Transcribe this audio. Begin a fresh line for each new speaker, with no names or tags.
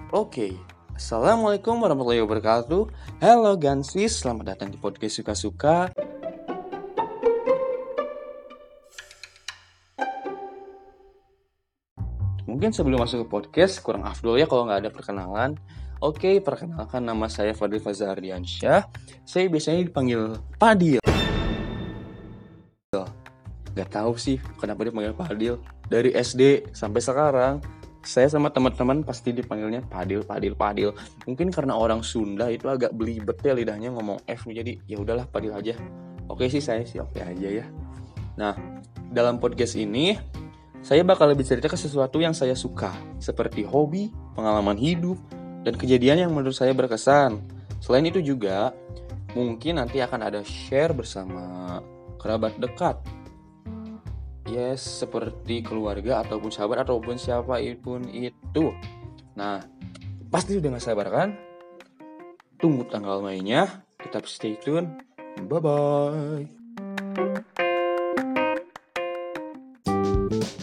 Oke, Assalamualaikum warahmatullahi wabarakatuh. Halo Gansis, selamat datang di podcast Suka-Suka. Mungkin sebelum masuk ke podcast, kurang afdol ya kalau nggak ada perkenalan. Oke, perkenalkan nama saya Fadil Fazhar Ardiansyah. Saya biasanya dipanggil Padil. Gak tahu sih kenapa dipanggil Padil. Dari SD sampai sekarang, saya sama teman-teman pasti dipanggilnya Padil. Mungkin karena orang Sunda itu agak belibet ya lidahnya ngomong F, jadi ya udahlah Padil aja. Oke sih, saya sih oke aja ya. Nah, dalam podcast ini saya bakal lebih cerita ke sesuatu yang saya suka, seperti hobi, pengalaman hidup, dan kejadian yang menurut saya berkesan. Selain itu juga, mungkin nanti akan ada share bersama kerabat dekat. Yes, seperti keluarga ataupun sahabat ataupun siapapun itu. Nah, pasti udah gak sabar kan? Tunggu tanggal mainnya, tetap stay tune. Bye-bye.